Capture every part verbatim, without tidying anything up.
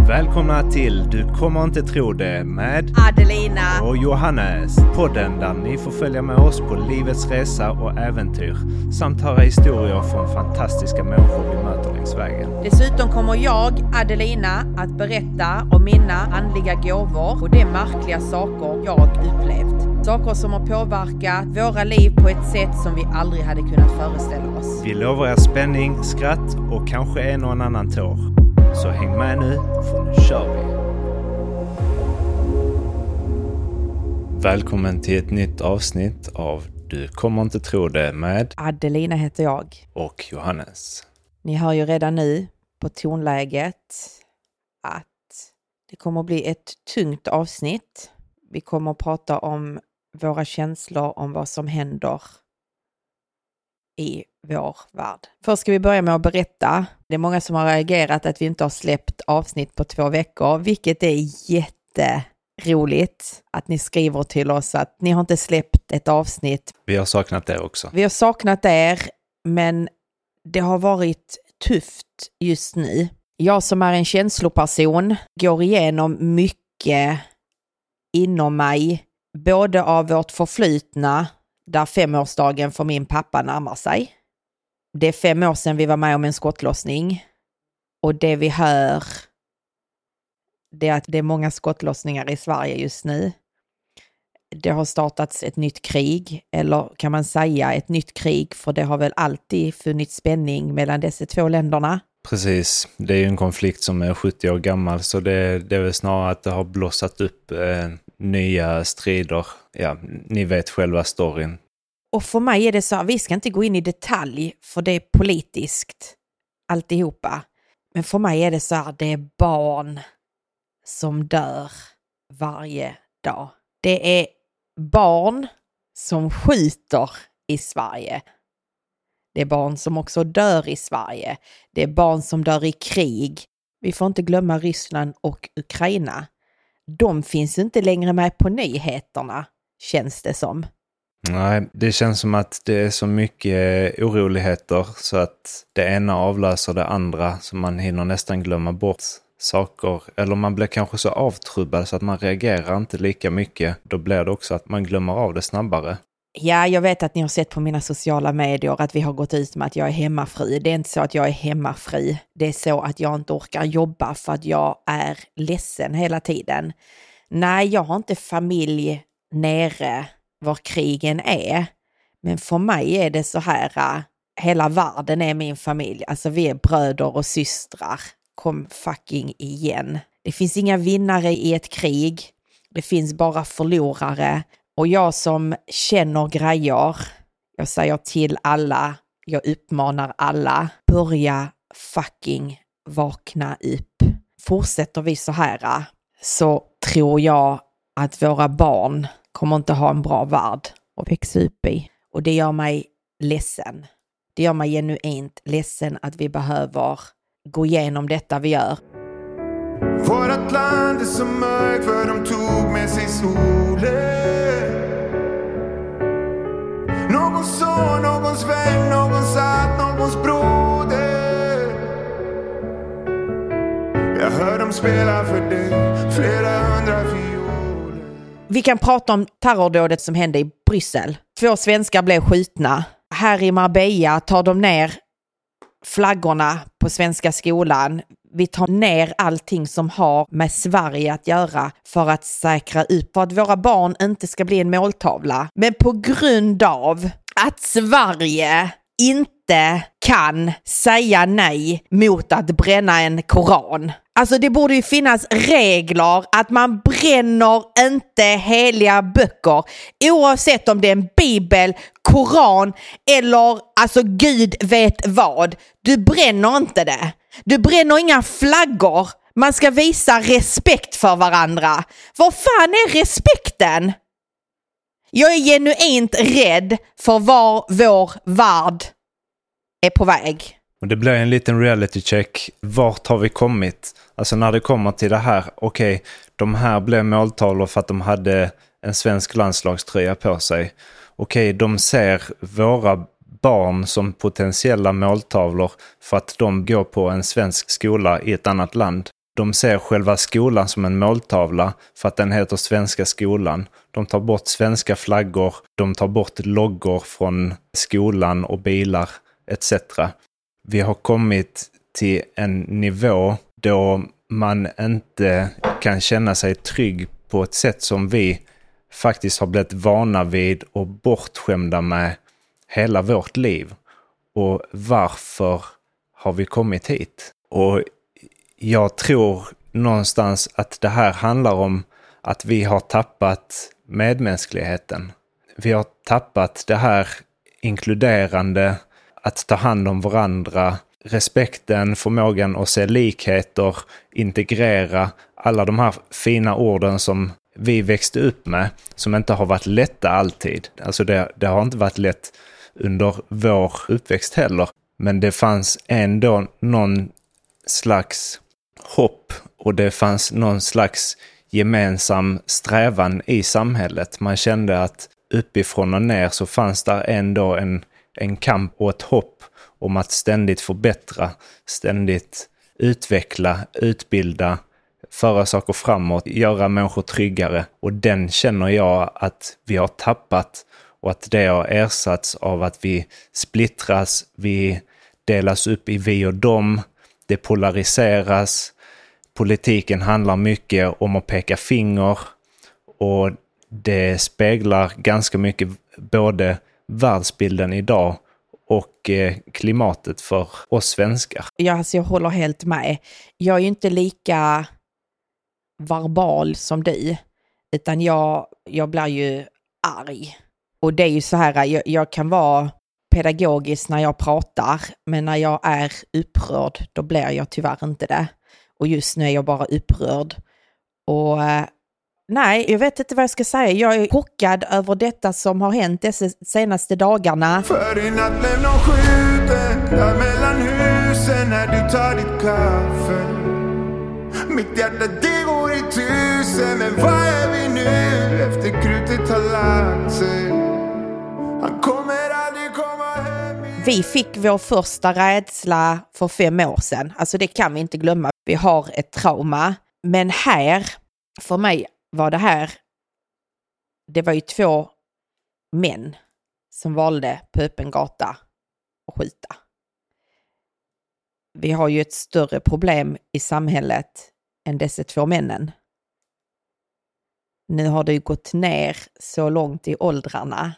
Välkomna till Du kommer inte tro det med Adelina och Johannes. Podden där ni får följa med oss på livets resa och äventyr samt höra historier från fantastiska människor vi möter längs vägen. Dessutom kommer jag, Adelina, att berätta om mina andliga gåvor och de märkliga saker jag upplevt. Saker som har påverkat våra liv på ett sätt som vi aldrig hade kunnat föreställa oss. Vi lovar er spänning, skratt och kanske en och en annan tår. Så häng med nu, för nu kör vi! Välkommen till ett nytt avsnitt av Du kommer inte tro det med Adelina heter jag. och Johannes. Ni hör ju redan nu på tonläget att det kommer att bli ett tungt avsnitt. Vi kommer att prata om våra känslor om vad som händer i vår värld. Först ska vi börja med att berätta. Det är många som har reagerat att vi inte har släppt avsnitt på två veckor, vilket är jätteroligt att ni skriver till oss att ni har inte släppt ett avsnitt. Vi har saknat det också. Vi har saknat er, men det har varit tufft just nu. Jag som är en känsloperson går igenom mycket inom mig, både av vårt förflutna, där femårsdagen för min pappa närmar sig. Det är fem år sedan vi var med om en skottlossning. Och det vi hör, det är att det är många skottlossningar i Sverige just nu. Det har startats ett nytt krig, eller kan man säga ett nytt krig, för det har väl alltid funnits spänning mellan dessa två länderna. Precis, det är ju en konflikt som är sjuttio år gammal, så det, det är väl snarare att det har blossat upp eh, nya strider. Ja, ni vet själva storyn. Och för mig är det så här, vi ska inte gå in i detalj för det är politiskt alltihopa. Men för mig är det så här, det är barn som dör varje dag. Det är barn som skjuter i Sverige. Det är barn som också dör i Sverige. Det är barn som dör i krig. Vi får inte glömma Ryssland och Ukraina. De finns inte längre med på nyheterna, känns det som. Nej, det känns som att det är så mycket oroligheter så att det ena avlöser det andra, så man hinner nästan glömma bort saker. Eller man blir kanske så avtrubbad så att man reagerar inte lika mycket. Då blir det också att man glömmer av det snabbare. Ja, jag vet att ni har sett på mina sociala medier att vi har gått ut med att jag är hemmafri. Det är inte så att jag är hemmafri. Det är så att jag inte orkar jobba för att jag är ledsen hela tiden. Nej, jag har inte familj nere var krigen är. Men för mig är det så här, hela världen är min familj. Alltså vi är bröder och systrar. Kom fucking igen. Det finns inga vinnare i ett krig. Det finns bara förlorare. Och jag som känner grejer, jag säger till alla, jag uppmanar alla, börja fucking vakna upp. Fortsätter vi så här så tror jag att våra barn kommer inte ha en bra värld att växa upp i. Och det gör mig ledsen. Det gör mig genuint ledsen att vi behöver gå igenom detta vi gör. Vårat land är så mörkt för de tog med sig solen. Någons son, någons vän, någons allt, någons broder. Jag hör dem spela för dig flera hundra violer. Vi kan prata om terrordådet som hände i Bryssel. Två svenskar blev skjutna. Här i Marbella tar de ner flaggorna på svenska skolan. Vi tar ner allting som har med Sverige att göra för att säkra upp för att våra barn inte ska bli en måltavla. Men på grund av att Sverige inte kan säga nej mot att bränna en koran. Alltså det borde ju finnas regler att man bränner inte heliga böcker. Oavsett om det är en bibel, koran eller alltså Gud vet vad. Du bränner inte det. Du bränner inga flaggor. Man ska visa respekt för varandra. Vad fan är respekten? Jag är genuint rädd för var vår värld är på väg. Och det blir en liten reality check. Vart har vi kommit? Alltså när det kommer till det här, okej, okay, de här blev måltavlor för att de hade en svensk landslagströja på sig. Okej, okay, de ser våra barn som potentiella måltavlor för att de går på en svensk skola i ett annat land. De ser själva skolan som en måltavla för att den heter Svenska skolan. De tar bort svenska flaggor, de tar bort loggor från skolan och bilar et cetera. Vi har kommit till en nivå då man inte kan känna sig trygg på ett sätt som vi faktiskt har blivit vana vid och bortskämda med hela vårt liv. Och varför har vi kommit hit? Och jag tror någonstans att det här handlar om att vi har tappat medmänskligheten. Vi har tappat det här inkluderande, att ta hand om varandra, respekten, förmågan att se likheter, integrera alla de här fina orden som vi växte upp med, som inte har varit lätta alltid. Alltså det, det har inte varit lätt under vår uppväxt heller. Men det fanns ändå någon slags hopp och det fanns någon slags gemensam strävan i samhället. Man kände att uppifrån och ner så fanns där ändå en, en kamp och ett hopp om att ständigt förbättra, ständigt utveckla, utbilda, föra saker framåt, göra människor tryggare. Och den känner jag att vi har tappat och att det har ersatts av att vi splittras, vi delas upp i vi och dem, det polariseras. Politiken handlar mycket om att peka finger och det speglar ganska mycket både världsbilden idag och klimatet för oss svenskar. Ja, alltså jag håller helt med. Jag är ju inte lika verbal som du, utan jag, jag blir ju arg. Och det är ju så här, jag, jag kan vara pedagogisk när jag pratar, men när jag är upprörd, då blir jag tyvärr inte det. Och just nu är jag bara upprörd. Och nej, jag vet inte vad jag ska säga. Jag är chockad över detta som har hänt dessa senaste dagarna. För i natt blev någon skjuten där mellan husen när du tar ditt kaffe. Mitt hjärta det går i tusen, men vad är vi nu efter krutet har lagt sig? Han kommer aldrig komma hem igen. Vi fick vår första rädsla för fem år sedan. Alltså det kan vi inte glömma. Vi har ett trauma. Men här, för mig var det här, det var ju två män som valde på öppen gata att skjuta. Vi har ju ett större problem i samhället än dessa två männen. Nu har det ju gått ner så långt i åldrarna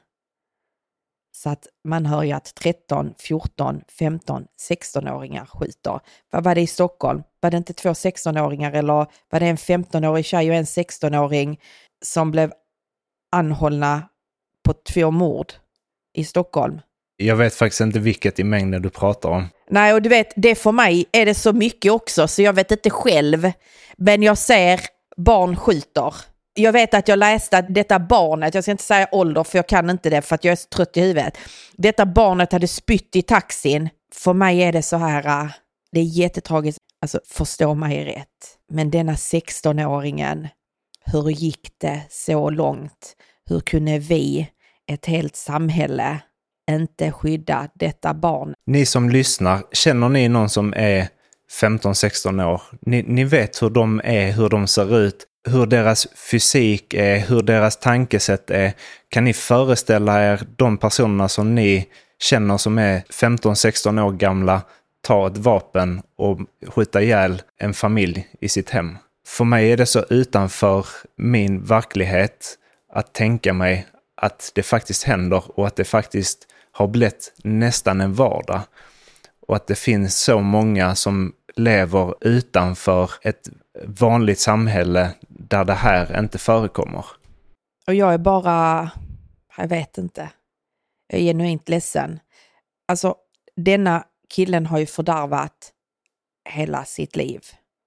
så att man hör ju att tretton, fjorton, femton, sexton-åringar skjuter. Vad var det i Stockholm? Var det inte två sexton-åringar eller var det en femton-årig tjej och en sexton-åring som blev anhållna på två mord i Stockholm? Jag vet faktiskt inte vilket i mängden du pratar om. Nej, och du vet, det för mig är det så mycket också så jag vet inte själv. Men jag ser barn skjuter. Jag vet att jag läste att detta barnet, jag ska inte säga ålder för jag kan inte det för att jag är så trött i huvudet. Detta barnet hade spytt i taxin. För mig är det så här, det är jättetragiskt. Alltså förstå mig rätt. Men denna sexton-åringen, hur gick det så långt? Hur kunde vi, ett helt samhälle, inte skydda detta barn? Ni som lyssnar, känner ni någon som är femton sexton år? Ni, ni vet hur de är, hur de ser ut, hur deras fysik är, hur deras tankesätt är. Kan ni föreställa er de personerna som ni känner som är femton sexton år gamla ta ett vapen och skjuta ihjäl en familj i sitt hem? För mig är det så utanför min verklighet att tänka mig att det faktiskt händer och att det faktiskt har blivit nästan en vardag. Och att det finns så många som lever utanför ett vanligt samhälle där det här inte förekommer. Och jag är bara, jag vet inte, jag är genuint ledsen. Alltså, denna killen har ju fördärvat hela sitt liv.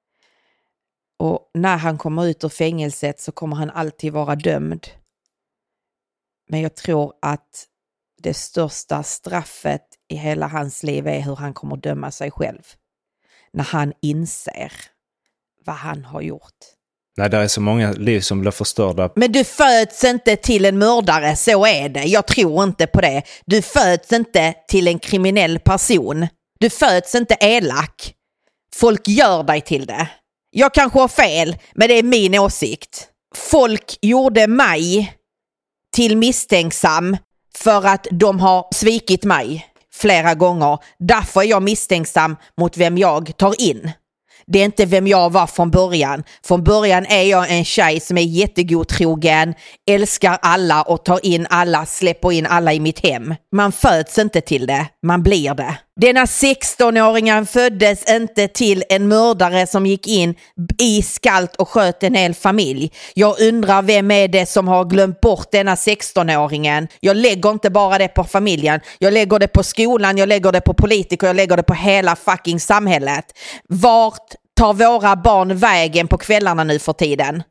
Och när han kommer ut ur fängelset så kommer han alltid vara dömd. Men jag tror att det största straffet i hela hans liv är hur han kommer döma sig själv. När han inser vad han har gjort. Nej, det är så många liv som blir förstörda. Men du föds inte till en mördare, så är det. Jag tror inte på det. Du föds inte till en kriminell person. Du föds inte elak. Folk gör dig till det. Jag kanske har fel, men det är min åsikt. Folk gjorde mig till misstänksam för att de har svikit mig flera gånger. Därför är jag misstänksam mot vem jag tar in. Det är inte vem jag var från början. Från början är jag en tjej som är jättegodtrogen, älskar alla och tar in alla, släpper in alla i mitt hem. Man föds inte till det, man blir det. Denna sextonåringen föddes inte till en mördare som gick in i skalt och sköt en hel familj. Jag undrar vem är det som har glömt bort denna sextonåringen. Jag lägger inte bara det på familjen. Jag lägger det på skolan, jag lägger det på politiker, jag lägger det på hela fucking samhället. Vart tar våra barn vägen på kvällarna nu för tiden?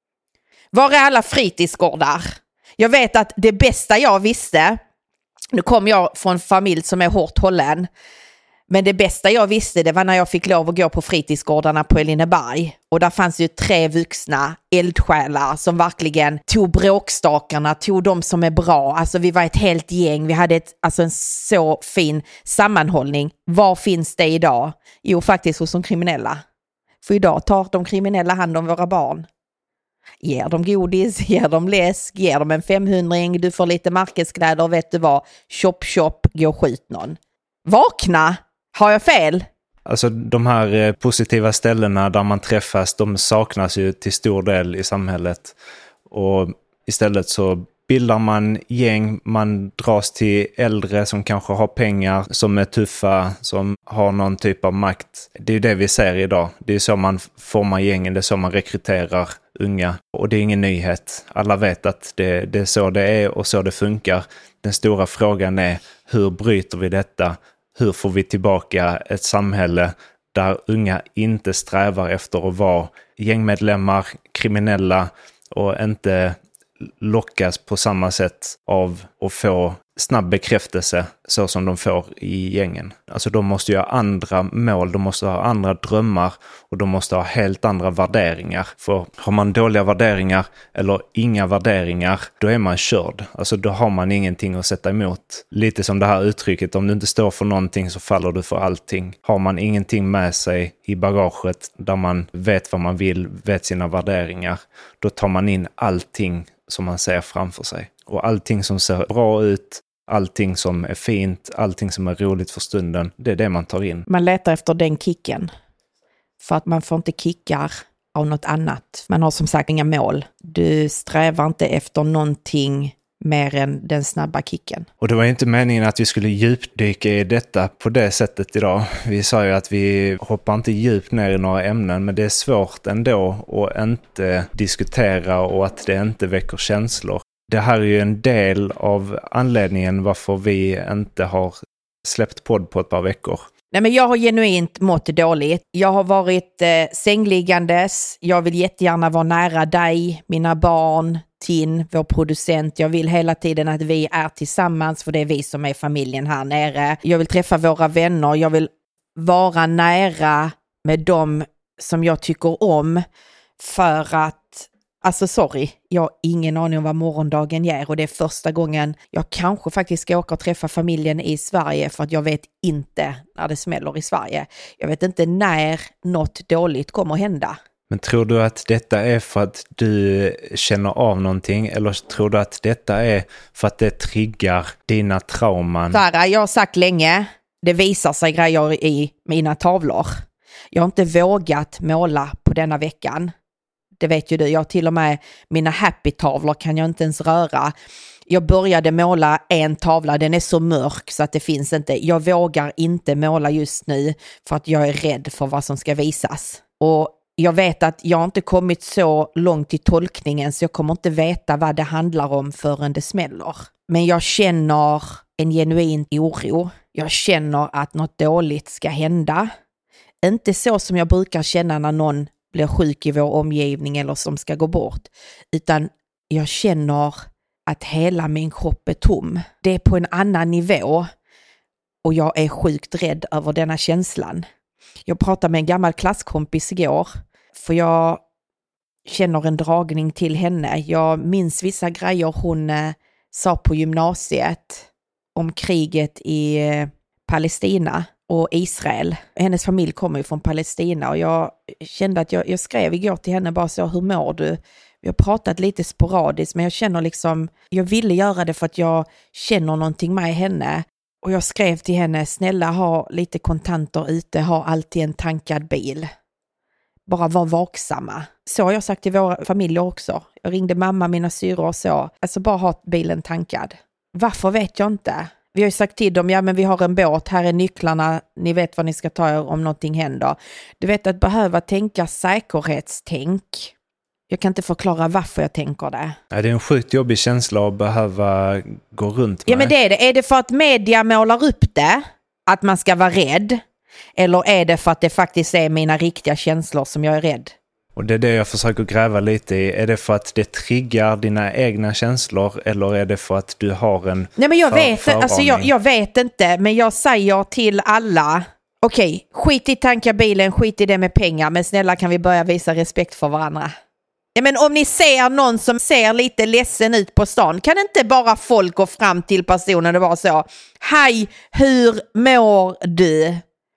Var är alla fritidsgårdar? Jag vet att det bästa jag visste, nu kom jag från en familj som är hårt hållen, men det bästa jag visste det var när jag fick lov att gå på fritidsgårdarna på Elineberg. Och där fanns ju tre vuxna eldsjälar som verkligen tog bråkstakarna, tog de som är bra. Alltså vi var ett helt gäng, vi hade ett, alltså en så fin sammanhållning. Var finns det idag? Jo, faktiskt hos de kriminella. För idag tar de kriminella hand om våra barn. Ger dem godis, ger dem läsk, ger dem en femhundring, du får lite markeskläder, vet du vad? Chop chop, gå och skjut någon. Vakna! Har jag fel? Alltså de här positiva ställena där man träffas, de saknas ju till stor del i samhället. Och istället så bildar man gäng, man dras till äldre som kanske har pengar, som är tuffa, som har någon typ av makt. Det är ju det vi ser idag. Det är så man formar gängen, det är så man rekryterar unga. Och det är ingen nyhet. Alla vet att det, det är så det är och så det funkar. Den stora frågan är, hur bryter vi detta? Hur får vi tillbaka ett samhälle där unga inte strävar efter att vara gängmedlemmar, kriminella och inte lockas på samma sätt av att få snabb bekräftelse så som de får i gängen. Alltså de måste ju ha andra mål, de måste ha andra drömmar och de måste ha helt andra värderingar. För har man dåliga värderingar eller inga värderingar, då är man körd. Alltså då har man ingenting att sätta emot. Lite som det här uttrycket, om du inte står för någonting så faller du för allting. Har man ingenting med sig i bagaget där man vet vad man vill, vet sina värderingar, då tar man in allting som man ser framför sig. Och allting som ser bra ut, allting som är fint, allting som är roligt för stunden, det är det man tar in. Man letar efter den kicken. För att man får inte kickar av något annat. Man har som sagt inga mål. Du strävar inte efter någonting mer än den snabba kicken. Och det var inte meningen att vi skulle djupdyka i detta på det sättet idag. Vi sa ju att vi hoppar inte djupt ner i några ämnen, men det är svårt ändå att inte diskutera och att det inte väcker känslor. Det här är ju en del av anledningen varför vi inte har släppt podd på ett par veckor. Nej, men jag har genuint mått dåligt. Jag har varit eh, sängliggandes. Jag vill jättegärna vara nära dig, mina barn, Tin, vår producent. Jag vill hela tiden att vi är tillsammans, för det är vi som är familjen här nere. Jag vill träffa våra vänner. Jag vill vara nära med dem som jag tycker om, för att alltså sorry, jag har ingen aning om vad morgondagen ger, och det är första gången jag kanske faktiskt ska åka och träffa familjen i Sverige, för att jag vet inte när det smäller i Sverige. Jag vet inte när något dåligt kommer att hända. Men tror du att detta är för att du känner av någonting, eller tror du att detta är för att det triggar dina trauman? Sara, jag har sagt länge, det visar sig grejer i mina tavlor. Jag har inte vågat måla på denna veckan. Det vet ju du, jag till och med mina happy-tavlor kan jag inte ens röra. Jag började måla en tavla, den är så mörk så att det finns inte. Jag vågar inte måla just nu för att jag är rädd för vad som ska visas. Och jag vet att jag inte kommit så långt i tolkningen, så jag kommer inte veta vad det handlar om förrän det smäller. Men jag känner en genuin oro. Jag känner att något dåligt ska hända. Inte så som jag brukar känna när någon blir sjuk i vår omgivning eller som ska gå bort. Utan jag känner att hela min kropp är tom. Det är på en annan nivå. Och jag är sjukt rädd över denna känslan. Jag pratade med en gammal klasskompis igår. För jag känner en dragning till henne. Jag minns vissa grejer hon eh, sa på gymnasiet om kriget i eh, Palestina. och Israel. Hennes familj kommer ju från Palestina och jag kände att jag, jag skrev igår till henne bara så, hur mår du? Vi har pratat lite sporadiskt men jag känner liksom, jag ville göra det för att jag känner någonting med henne. Och jag skrev till henne, snälla ha lite kontanter ute, ha alltid en tankad bil. Bara var vaksamma. Så har jag sagt till våra familjer också. Jag ringde mamma, mina syror och så. Alltså bara ha bilen tankad. Varför vet jag inte. Vi har ju sagt till dem, ja men vi har en båt, här är nycklarna, ni vet vad ni ska ta er om någonting händer. Du vet att behöva tänka säkerhetstänk. Jag kan inte förklara varför jag tänker det. Ja, det är en sjukt jobbig känsla att behöva gå runt med. Ja men det är det. Är det för att media målar upp det, att man ska vara rädd? Eller är det för att det faktiskt är mina riktiga känslor som jag är rädd? Och det är det jag försöker gräva lite i. Är det för att det triggar dina egna känslor eller är det för att du har en Nej men jag för, vet, alltså jag, jag vet inte, men jag säger till alla, okej, okay, skit i tanka bilen, skit i det med pengar, men snälla kan vi börja visa respekt för varandra? Ja, men om ni ser någon som ser lite ledsen ut på stan, kan inte bara folk gå fram till personen och vara så, hej, hur mår du?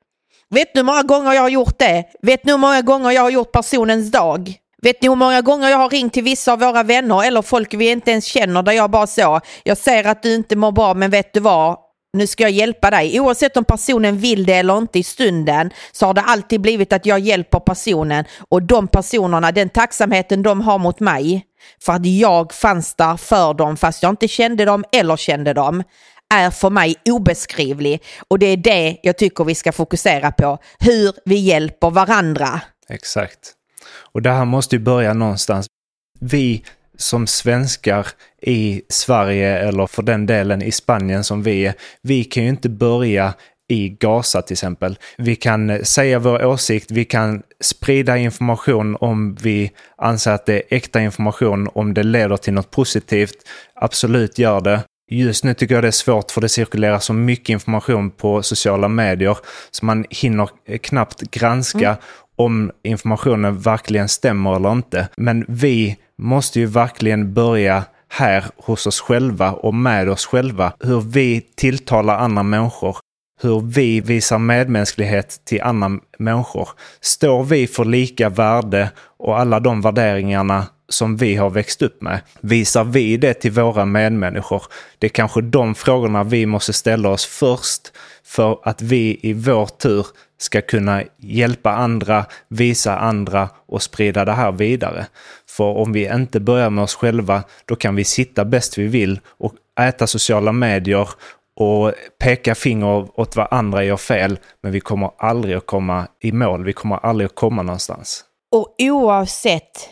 Vet du hur många gånger jag har gjort det? Vet ni hur många gånger jag har gjort personens dag? Vet ni hur många gånger jag har ringt till vissa av våra vänner eller folk vi inte ens känner där jag bara så, jag säger att du inte mår bra men vet du vad? Nu ska jag hjälpa dig. Oavsett om personen vill det eller inte i stunden så har det alltid blivit att jag hjälper personen och de personerna, den tacksamheten de har mot mig för att jag fanns där för dem fast jag inte kände dem eller kände dem är för mig obeskrivlig och det är det jag tycker vi ska fokusera på. Hur vi hjälper varandra. Exakt. Och det här måste ju börja någonstans. Vi som svenskar i Sverige eller för den delen i Spanien som vi är, vi kan ju inte börja i Gaza till exempel. Vi kan säga vår åsikt, vi kan sprida information om vi anser att det är äkta information, om det leder till något positivt. Absolut gör det. Just nu tycker jag det är svårt för det cirkulerar så mycket information på sociala medier så man hinner knappt granska mm. om informationen verkligen stämmer eller inte. Men vi måste ju verkligen börja här hos oss själva och med oss själva. Hur vi tilltalar andra människor. Hur vi visar medmänsklighet till andra människor. Står vi för lika värde och alla de värderingarna som vi har växt upp med? Visar vi det till våra medmänniskor? Det är kanske de frågorna vi måste ställa oss först för att vi i vår tur ska kunna hjälpa andra, visa andra och sprida det här vidare. För om vi inte börjar med oss själva, då kan vi sitta bäst vi vill och äta sociala medier och peka finger åt vad andra gör fel, men vi kommer aldrig att komma i mål. Vi kommer aldrig att komma någonstans. Och oavsett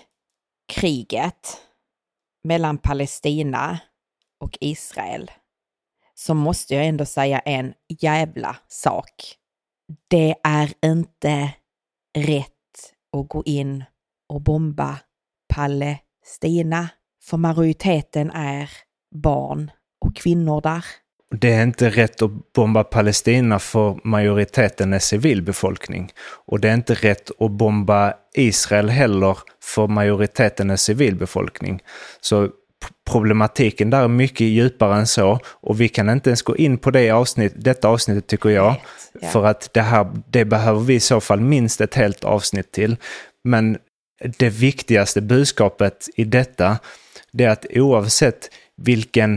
kriget mellan Palestina och Israel så måste jag ändå säga en jävla sak. Det är inte rätt att gå in och bomba Palestina. För majoriteten är barn och kvinnor där. Det är inte rätt att bomba Palestina för majoriteten är civilbefolkning. Och det är inte rätt att bomba Israel heller för majoriteten är civilbefolkning. Så problematiken där är mycket djupare än så. Och vi kan inte ens gå in på det avsnitt, detta avsnittet tycker jag. Right. Yeah. För att det här det behöver vi i så fall minst ett helt avsnitt till. Men det viktigaste budskapet i detta det är att oavsett vilken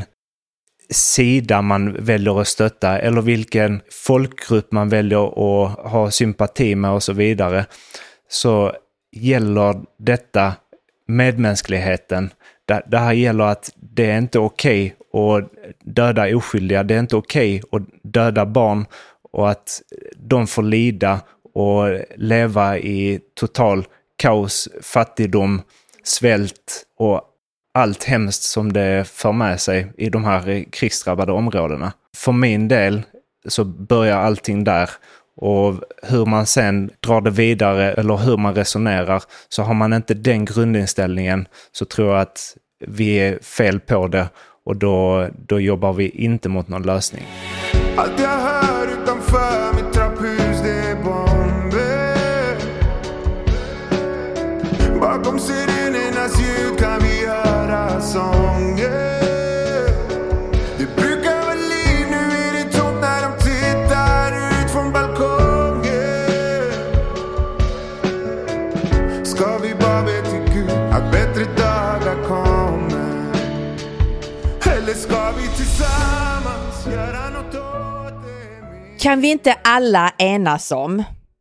sida man väljer att stötta eller vilken folkgrupp man väljer att ha sympati med och så vidare, så gäller detta medmänskligheten. Det här gäller att det är inte okej att döda oskyldiga, det är inte okej att döda barn och att de får lida och leva i total kaos, fattigdom, svält och allt hemskt som det för med sig i de här krigsdrabbade områdena. För min del så börjar allting där och hur man sen drar det vidare eller hur man resonerar, så har man inte den grundinställningen så tror jag att vi är fel på det och då, då jobbar vi inte mot någon lösning. Allt jag hör utanför mitt trapphus det är bomber. Bakom sirenernas ljud kan vi höra sånger. Det brukar vara liv, nu är det tomt när de tittar ut från balkongen. ska vi tillsammans göra något åt det? Kan vi inte alla enas om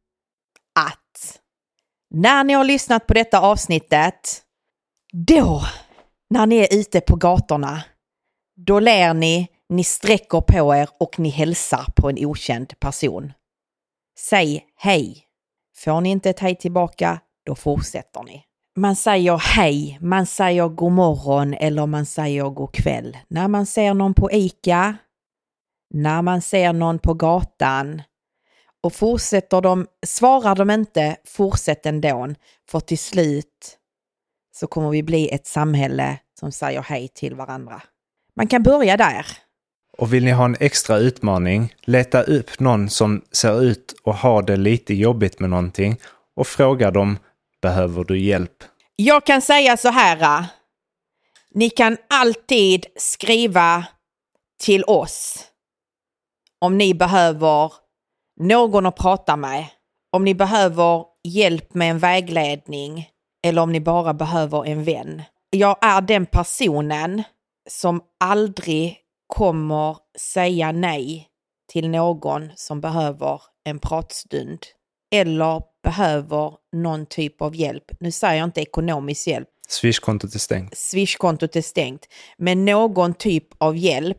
att när ni har lyssnat på detta avsnittet, då när ni är ute på gatorna, då ler ni, ni sträcker på er och ni hälsar på en okänd person. Säg hej. Får ni inte ett hej tillbaka, då fortsätter ni. Man säger hej, man säger god morgon eller man säger god kväll. När man ser någon på ICA, när man ser någon på gatan. Och fortsätter de, svarar de inte, fortsätt ändå. För till slut så kommer vi bli ett samhälle som säger hej till varandra. Man kan börja där. Och vill ni ha en extra utmaning, leta upp någon som ser ut och har det lite jobbigt med någonting och fråga dem, behöver du hjälp? Jag kan säga så här. Ni kan alltid skriva till oss om ni behöver någon att prata med. Om ni behöver hjälp med en vägledning eller om ni bara behöver en vän. Jag är den personen som aldrig kommer säga nej till någon som behöver en pratstund eller behöver någon typ av hjälp. Nu säger jag inte ekonomisk hjälp. Swishkontot är stängt. Swishkontot är stängt. Men någon typ av hjälp.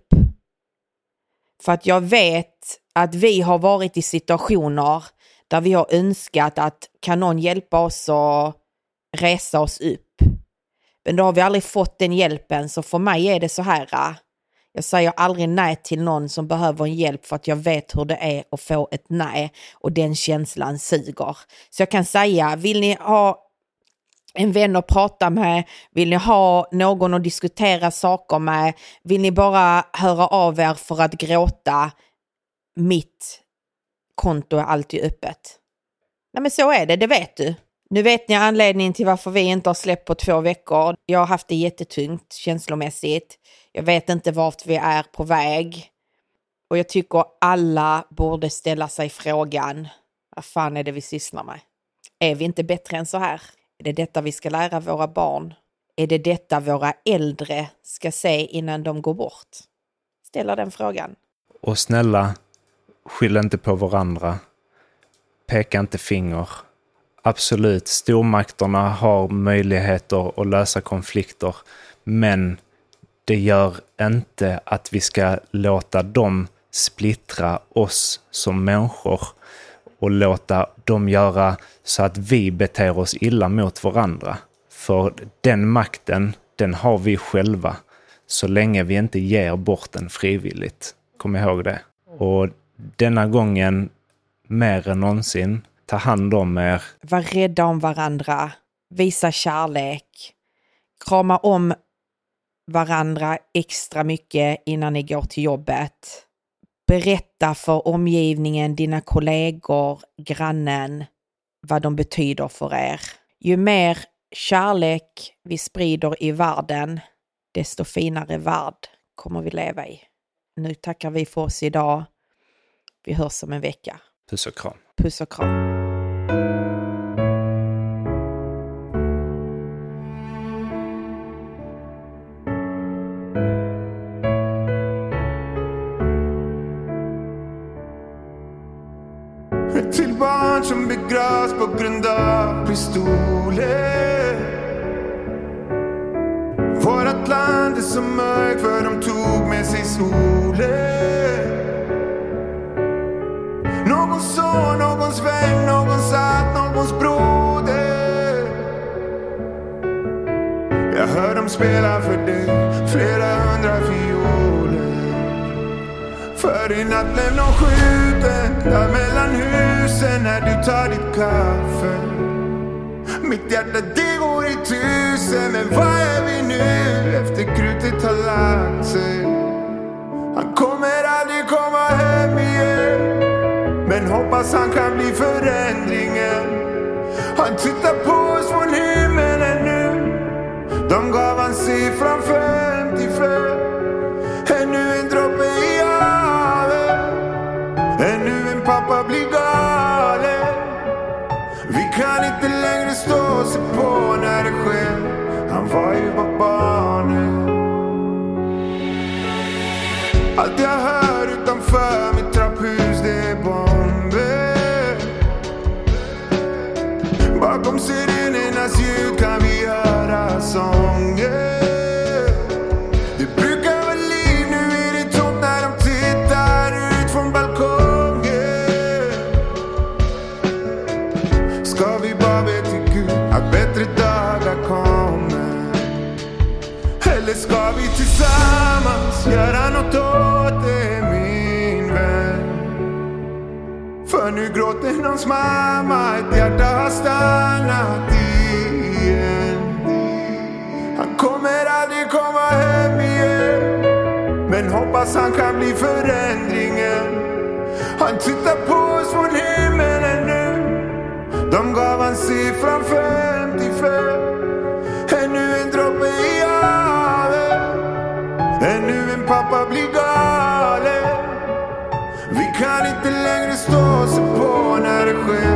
För att jag vet att vi har varit i situationer där vi har önskat att kan någon hjälpa oss att resa oss upp. Men då har vi aldrig fått den hjälpen. Så för mig är det så här. Jag säger aldrig nej till någon som behöver en hjälp för att jag vet hur det är att få ett nej. Och den känslan suger. Så jag kan säga, vill ni ha en vän att prata med? Vill ni ha någon att diskutera saker med? Vill ni bara höra av er för att gråta? Mitt konto är alltid öppet. Nej men så är det, det vet du. Nu vet ni anledningen till varför vi inte har släppt på två veckor. Jag har haft det jättetungt känslomässigt. Jag vet inte vart vi är på väg. Och jag tycker alla borde ställa sig frågan. Vad fan är det vi sysslar med? Är vi inte bättre än så här? Är det detta vi ska lära våra barn? Är det detta våra äldre ska se innan de går bort? Ställa den frågan. Och snälla, skyll inte på varandra. Peka inte finger. Absolut, stormakterna har möjligheter att lösa konflikter. Men det gör inte att vi ska låta dem splittra oss som människor. Och låta dem göra så att vi beter oss illa mot varandra. För den makten, den har vi själva. Så länge vi inte ger bort den frivilligt. Kom ihåg det. Och denna gången, mer än någonsin, ta hand om er. Var rädda om varandra. Visa kärlek. Krama om varandra extra mycket innan ni går till jobbet. Berätta för omgivningen, dina kollegor, grannen, vad de betyder för er. Ju mer kärlek vi sprider i världen, desto finare värld kommer vi leva i. Nu tackar vi för oss idag. Vi hörs om en vecka. Puss och kram. Puss och kram. Till barn som begravs på grund av pistoler. Vårat land är så mörkt för de tog med sig solen. Någons son, någons vän, någons allt, någons broder. Jag hör dem spela för dig flera hundra fioler. För i natt blev någon skjuten där mellan husen när du tar ditt kaffe. Mitt hjärta det går i tusen, men vad är vi nu efter krutet har lagt sig? Han kommer aldrig komma hem igen, men hoppas han kan bli förändringen. Han tittar på oss från himmelen nu. De gav han siffran femtiofem. Ännu en droppe i havet. Ännu en pappa blir galen. Vi kan inte längre stå och se på när det sker. Han var ju bara barnen. Allt jag hör utanför mitt trapphus, det är bomber. Bakom sirenernas ljud kan vi höra sånger. Det brukar vara liv, nu är det tomt när de tittar ut från balkongen. Ska vi bara be till Gud att bättre dagar kommer? Eller ska vi tillsammans göra något åt det, min vän? För nu gråter någons mamma, ett hjärta har stannat igen. Han kommer aldrig komma hem igen, men hoppas han kan bli förändringen. Han tittar på oss från himmelen nu. De gav han siffran femtiofem. Ännu en droppe i havet. Ännu en pappa blir galen. Vi kan inte längre stå och se på när det sker.